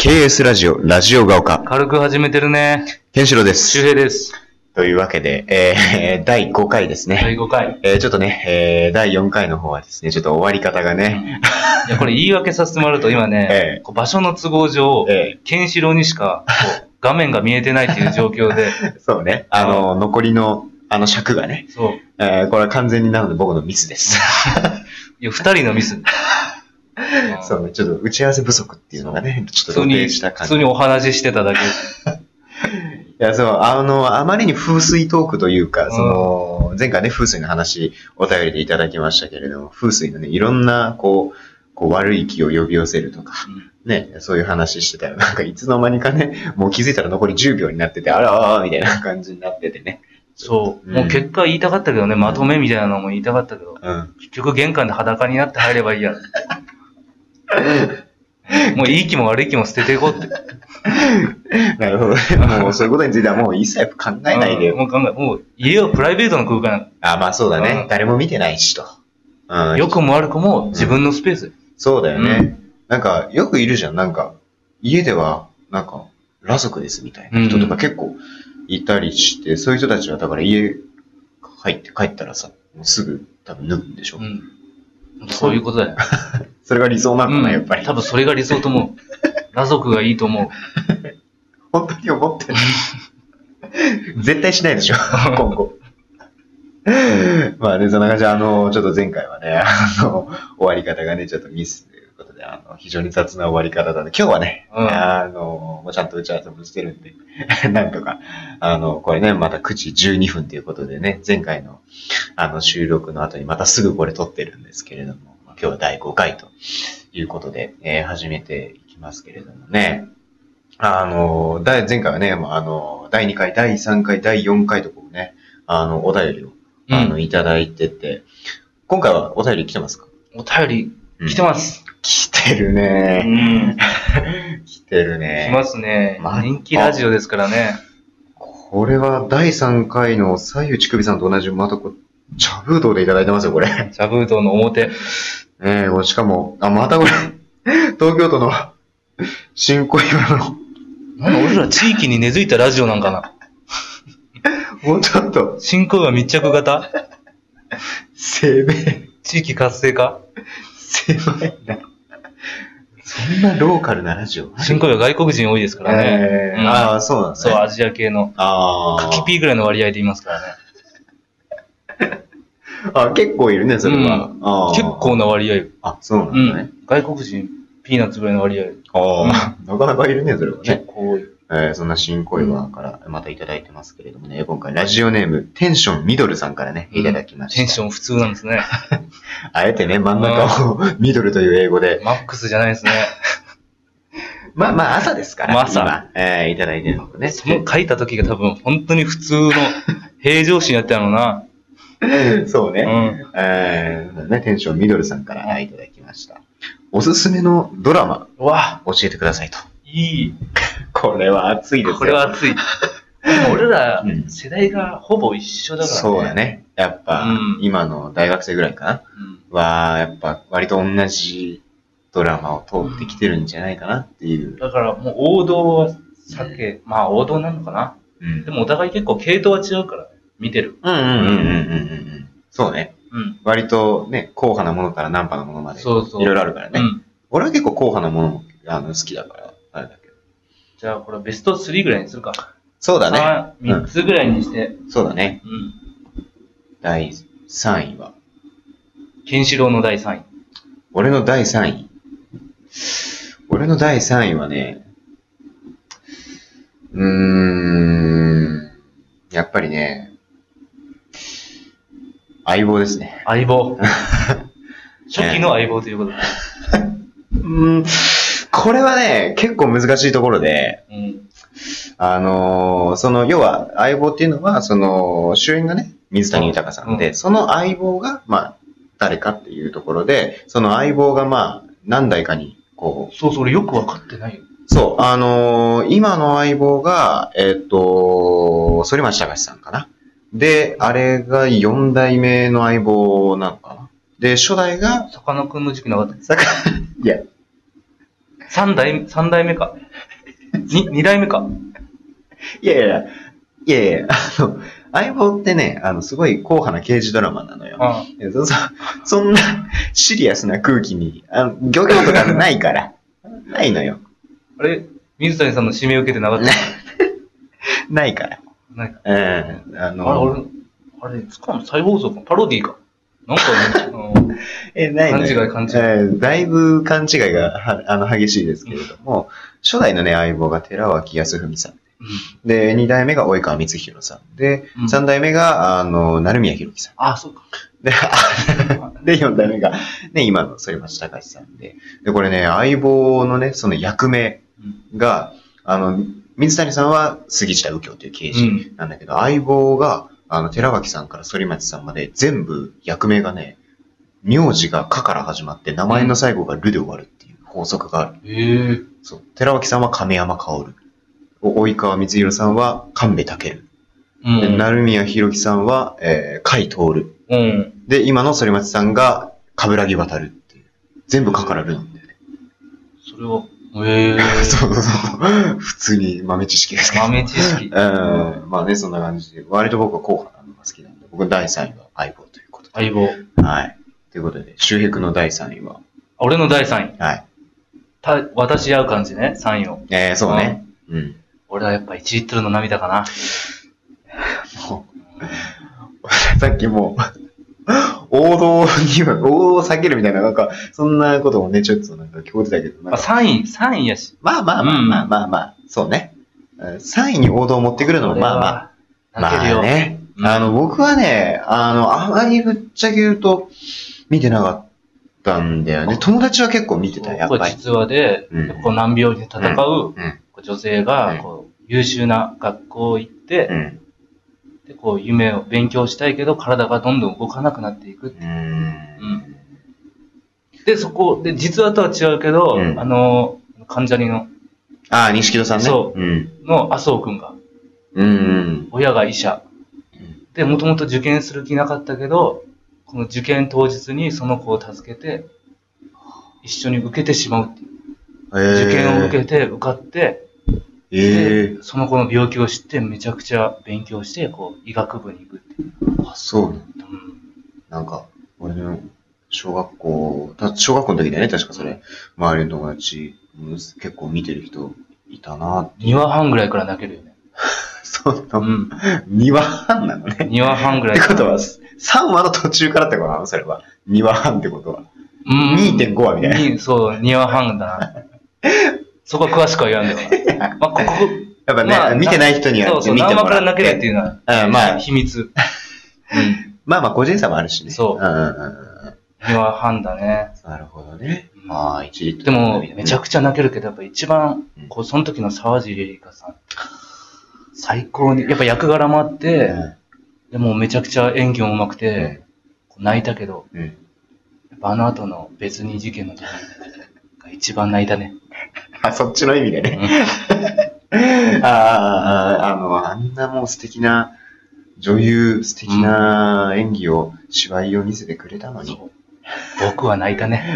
KS ラジオ、ラジオが丘。 軽く始めてるね。 ケンシロウです。 周平です。 というわけで、第5回ですね。 第5回。 ちょっとね、第4回の方はですね、ちょっと終わり方がね。 いや、これ言い訳させてもらうと今ね、場所の都合上、ケンシロウにしか画面が見えてないっていう状況で。 そうね。残りの、尺がね。 そう。 これは完全になので僕のミスです。 いや、2人のミス。 そうね、ちょっと打ち合わせ不足っていうのがね、ちょっと露呈した感じ。 普通にお話ししてただけ。 いや、そう、あまりに風水トークというか、前回ね、風水の話、お便りでいただきましたけれども、風水のね、いろんな、悪い気を呼び寄せるとか、ね、そういう話してたよ。なんか、いつの間にかね、もう気づいたら残り10秒になってて、あらみたいな感じになっててね。 そう。もう結果言いたかったけどね、まとめみたいなのも言いたかったけど、結局玄関で裸になって入ればいいや。もういい気も悪い気も捨てていこうって。 なるほどね。もうそういうことについてはもう一切考えないでよ。 もう家はプライベートの空間。 まあそうだね。誰も見てないしと。 良くも悪くも自分のスペース。 そうだよね。なんかよくいるじゃん。なんか家ではなんか裸族ですみたいな人とか結構いたりして、そういう人たちはだから家入って帰ったらさ、もうすぐ多分脱ぐんでしょ。 そういうことだよ。 それが理想なのかな、やっぱり。 多分それが理想と思う。裸族がいいと思う。 本当に思ってる。絶対しないでしょ、今後。まあね、そんな感じで、ちょっと前回はね、終わり方がね、ちょっとミスということで、非常に雑な終わり方だね。今日はね、もうちゃんと打ち合わせもしてるんで、なんとか、これね、また9時12分ということでね、前回の、収録の後にまたすぐこれ撮ってるんですけれども、今日は第5回ということで、始めていきますけれどもね。前回はね、第2回、第3回、第4回とこうね、お便りを、いただいてて、今回はお便り来てますか？ お便り、来てます。 来てるね。来てるね。 来ますね。人気ラジオですからね。 これは第3回の西内首さんと同じ、また茶封筒でいただいてますよ、これ。 茶封筒の表。 しかも、またこれ、東京都の新小岩の。 俺ら地域に根付いたラジオなんかな。 もうちょっと。 新小岩密着型生命。 地域活性化生命な。そんなローカルなラジオ。 新小岩外国人多いですからね。 そうなんですね。 そう、アジア系の。カキピーぐらいの割合で言いますからね。 結構いるね、それは。 結構な割合。 そうなんだね。 外国人、ピーナッツぐらいの割合。 なかなかいるね、それはね。 結構多い。 そんな新小岩からまたいただいてますけれどもね、今回ラジオネーム、テンションミドルさんからね、いただきました。 テンション普通なんですね。 あえてね、真ん中をミドルという英語で。 マックスじゃないですね。 まあ朝ですから。 朝。 今、いただいてるのね。 その書いた時が多分本当に普通の平常心やったのな。 そうね。テンションミドルさんからいただきました。おすすめのドラマ、教えてくださいと。 いい。 これは熱いですよ。 これは熱い。俺ら、世代がほぼ一緒だからね。 そうだね。やっぱ、今の大学生ぐらいかな。やっぱ割と同じドラマを通ってきてるんじゃないかなっていう。 だからもう王道は避け、まあ王道なのかな。でもお互い結構系統は違うから、見てる。 そうね。割とね、硬派なものから軟派なものまで。いろいろあるからね。俺は結構硬派なものも好きだから、あれだけど。 じゃあこれベスト3ぐらいにするか。 そうだね。 3つぐらいにして。 そうだね。第3位は。 ケンシロウの第3位。 俺の第3位。俺の第3位はね、やっぱりね、相棒ですね。 相棒。初期の相棒ということで。 これはね、結構難しいところで、要は相棒っていうのは、主演がね、水谷豊さんで、その相棒が、誰かっていうところで、その相棒が何代かに、 そう、俺よくわかってないよ。 そう、今の相棒が、反町隆史さんかな。で、あれが4代目の相棒なのかな。で、初代が、 さかなクンの時期なかった。 いや、 三代目か。二代目か。 いや、相棒ってね、すごい硬派な刑事ドラマなのよ。そんなシリアスな空気に、漁業とかないから。ないのよ。 あれ水谷さんの指名受けてなかったないから。 ないか。あれ、再放送かパロディーか。なんかね、 ないのよ。 勘違い。 だいぶ勘違いが激しいですけれども、初代のね、相棒が寺脇康文さん。で、2代目が及川光弘さん。で、3代目が、成宮弘樹さん。 あ、そうか。 で、4代目が、ね、今の反町隆史さんで。で、これね、相棒のね、その役名が、水谷さんは杉下右京という刑事なんだけど、相棒が、寺脇さんから反町さんまで全部役名がね、名字がかから始まって、名前の最後がるで終わるっていう法則がある。そう。寺脇さんは亀山薫。及川光弘さんは神戸武尊。成宮弘樹さんは、甲斐徹。で、今の反町さんが冠城渡るっていう。全部かからるんだよね。 それは、 そう。普通に豆知識ですけど。 豆知識。 まあね、そんな感じで。割と僕は硬派なのが好きなんで。僕第3位は相棒ということで。 相棒。 はい。ということで、周平君の第3位は俺の第3位。 はい。 渡し合う感じね、3位を。 そうね。 俺はやっぱ1リットルの涙かな。 さっきも王道を避けるみたいな、なんか、そんなこともね、ちょっとなんか聞こえてたけど。 3位やし。 まあ、そうね。3位に王道を持ってくるのも、まあね。僕はね、あまりぶっちゃけ言うと、見てなかったんだよね。友達は結構見てた、やっぱり。 実話で、難病に戦う女性が、優秀な学校行って、で、夢を勉強したいけど、体がどんどん動かなくなっていくっていう。で、そこで、実話とは違うけど、関ジャニの。 錦戸さんね。 そう。の麻生くんが。親が医者。で、もともと受験する気なかったけど、この受験当日にその子を助けて、一緒に受けてしまうっていう。受験を受けて、受かって、で、その子の病気を知ってめちゃくちゃ勉強して、医学部に行くっていう。 そうなんだ。なんか、俺の小学校の時だよね、確かそれ。周りの友達、結構見てる人いたなって。 2話半ぐらいから泣けるよね。 そうなの。2話半なのね。 2話半ぐらい。 ってことは、3話の途中からってことなのそれは。2話半ってことは。2.5 話みたいな。 そう、2話半だな。そこは詳しくは言わんでも。まあ、ここ。 やっぱね、見てない人には見てもらって。 何話から泣けるっていうのは、秘密。 まあ、個人差もあるしね。 そう。2話半だね。 なるほどね。まあ、1リットル。 でも、めちゃくちゃ泣けるけど、やっぱ一番、その時の沢尻エリカさん。最高に、やっぱ役柄もあって、でもめちゃくちゃ演技も上手くて、泣いたけど、やっぱ後の別に事件の時が一番泣いたね。 そっちの意味でね。あんなもう素敵な女優、素敵な演技を、芝居を見せてくれたのに。 僕は泣いたね。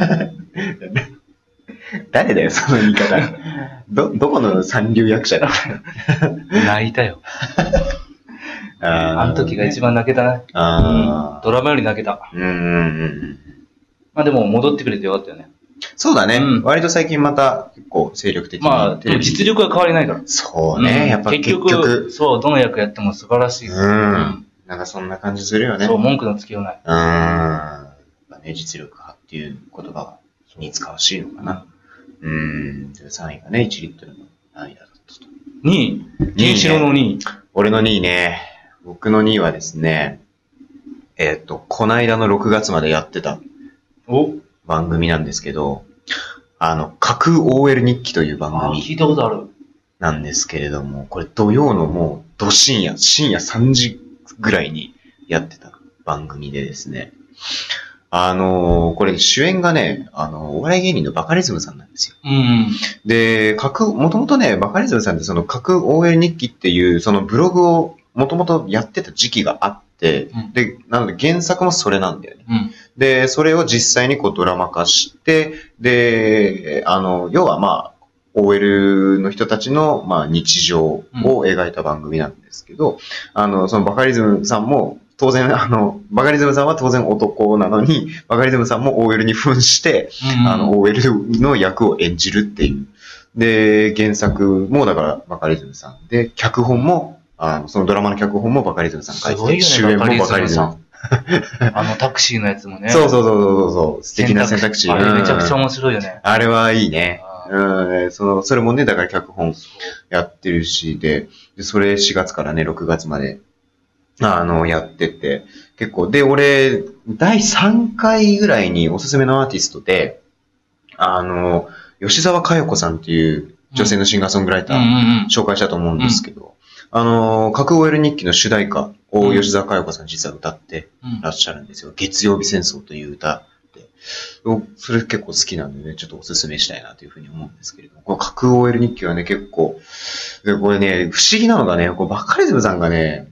誰だよ、その言い方。どこの三流役者だ。 泣いたよ。あの時が一番泣けたね。ドラマより泣けた。まあでも戻ってくれてよかったよね。 そうだね。割と最近また結構精力的に。 まあ、実力は変わりないから。 そうね。やっぱ結局。 そう、どの役やっても素晴らしい。 なんかそんな感じするよね。 そう、文句のつけようない。 実力派っていう言葉に使わしいのかな。3位がね、1リットルの涙だったと。 2位ケンシロウの2位。 俺の2位ね。僕の2位はですね、この間の6月までやってた番組なんですけど、架空 OL 日記という番組。 聞いたことある。 なんですけれども、これ土曜のもう、深夜3時ぐらいにやってた番組でですね、これ主演がね、お笑い芸人のバカリズムさんなんですよ。で、もともとね、バカリズムさんってその架空 OL 日記っていうそのブログをもともとやってた時期があって、で、なので原作もそれなんだよね。で、それを実際にこうドラマ化して、で、要はまあ、OL の人たちの、まあ、日常を描いた番組なんですけど、そのバカリズムさんも、当然、バカリズムさんは当然男なのに、バカリズムさんも OL に扮して、OL の役を演じるっていう。で、原作もだからバカリズムさんで、脚本も、そのドラマの脚本もバカリズムさん書いてて、主演もバカリズムさん。 タクシーのやつもね。 そう。素敵な選択肢。 あれめちゃくちゃ面白いよね。 あれはいいね。それもね、だから脚本やってるし、で、それ4月からね、6月まで、やってて、結構、で、俺、第3回ぐらいにおすすめのアーティストで、吉沢佳代子さんっていう女性のシンガーソングライター、紹介したと思うんですけど、架空 OL 日記の主題歌を吉沢佳代子さん実は歌ってらっしゃるんですよ。月曜日戦争という歌で。それ結構好きなんでね、ちょっとおすすめしたいなというふうに思うんですけれども、この架空 OL 日記はね、結構、でこれね、不思議なのがね、こうバカリズムさんがね、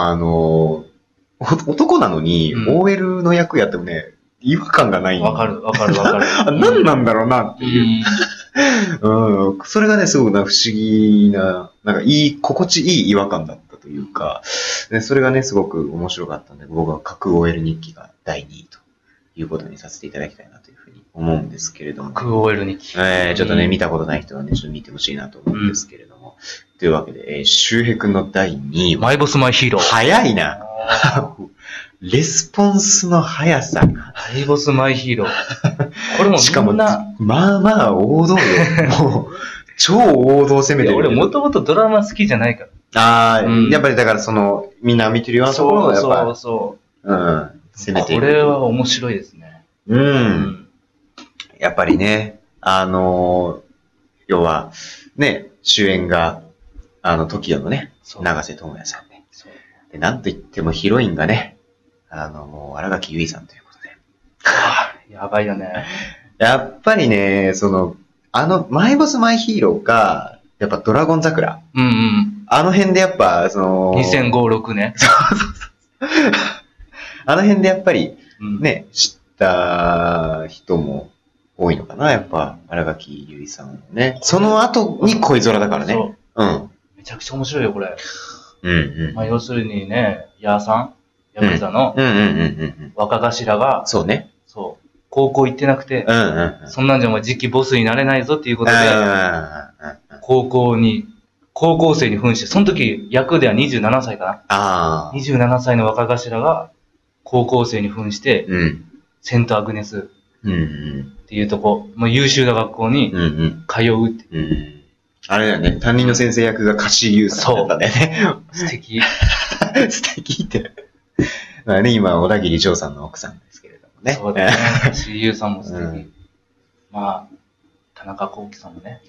男なのに OL の役やってもね、違和感がない。 わかる。 何なんだろうなっていう。それがね、すごく不思議な、なんか心地いい違和感だったというか、それがね、すごく面白かったんで、僕は架空 OL 日記が第2位ということにさせていただきたいなというふうに思うんですけれども。 架空 OL 日記。 ちょっとね、見たことない人はね、ちょっと見てほしいなと思うんですけれども。というわけで、周平くんの第2位は。 マイボスマイヒーロー。 早いな。レスポンスの速さ。 マイボスマイヒーロー。これもしかも、まあまあ王道よ。もう、超王道攻めてる。 俺もともとドラマ好きじゃないから。 やっぱりだからみんな見てるようなところをやっぱ、攻めていく。 これは面白いですね。 やっぱりね、要は、ね、主演が、TOKIO のね、永瀬智也さんで。で、なんといってもヒロインがね、もう、新垣結衣さんということで。 やばいよね。 やっぱりね、マイボスマイヒーローか、やっぱドラゴン桜。あの辺でやっぱ、 2005、6年。 あの辺でやっぱり、ね、知った人も多いのかな、やっぱ、新垣結衣さんね。その後に恋空だからね。 めちゃくちゃ面白いよ、これ。要するにね、ヤーさん、ヤクザの若頭が、 そうね。 高校行ってなくて、そんなんじゃお前次期ボスになれないぞっていうことで、高校生に扮して、その時役では27歳かな。27歳の若頭が高校生に扮して、セントアグネスっていうとこ、もう優秀な学校に通うって。 あれだよね、担任の先生役が歌詞優さんだったんだよね。 素敵。 素敵って。まあね、今、小田切丈さんの奥さんですけれどもね。 そうだね。歌詞優さんも素敵。まあ、田中幸喜さんもね。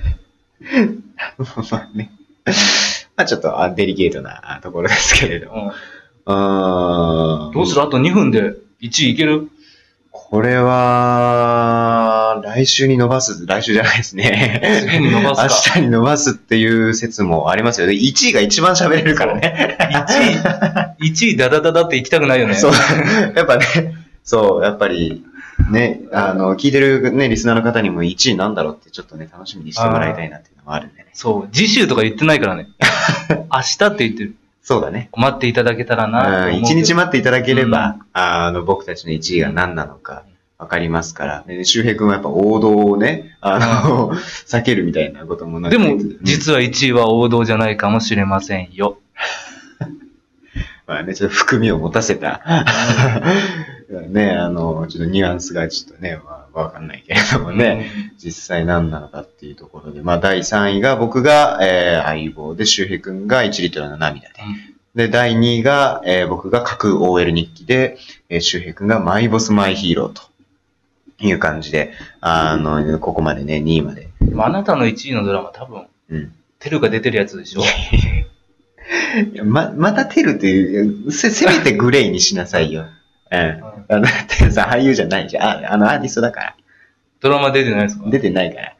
まあね。まあちょっとデリケートなところですけれども。 どうする？あと2分で1位いける？ これは、来週じゃないですね。 次に伸ばすか。 明日に伸ばすっていう説もありますよね。1位が一番喋れるからね。 1位ダダダダって行きたくないよね。 そう。やっぱね、やっぱり、ね、聞いてるね、リスナーの方にも1位なんだろうってちょっとね、楽しみにしてもらいたいなっていうのもあるんでね。 そう、次週とか言ってないからね。明日って言ってる。 そうだね。 待っていただけたらな。 1日待っていただければ、僕たちの1位が何なのかわかりますから。周平君はやっぱ王道をね、避けるみたいなこともなくて。 でも、実は1位は王道じゃないかもしれませんよ。 まあね、ちょっと含みを持たせた。ね、ちょっとニュアンスがちょっとね、わかんないけれどもね、実際何なのかっていうところで、まあ第3位が僕が、相棒で、周平くんが1リットルの涙で。で、第2位が、僕が架空 OL 日記で、周平くんがマイボスマイヒーローという感じで、ここまでね、2位まで。 あなたの1位のドラマ多分、テルが出てるやつでしょ？ またテルっていう、せめてグレイにしなさいよ。テルさん俳優じゃないじゃん。アーティストだから。 ドラマ出てないですか？ 出てないから。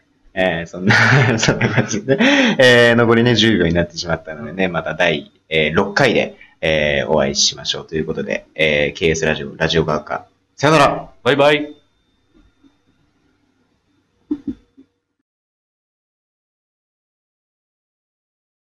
そんな感じで、残りね、10秒になってしまったのでね、また第6回で、 お会いしましょうということで、KS ラジオ、ラジオ学科、さよなら。 バイバイ。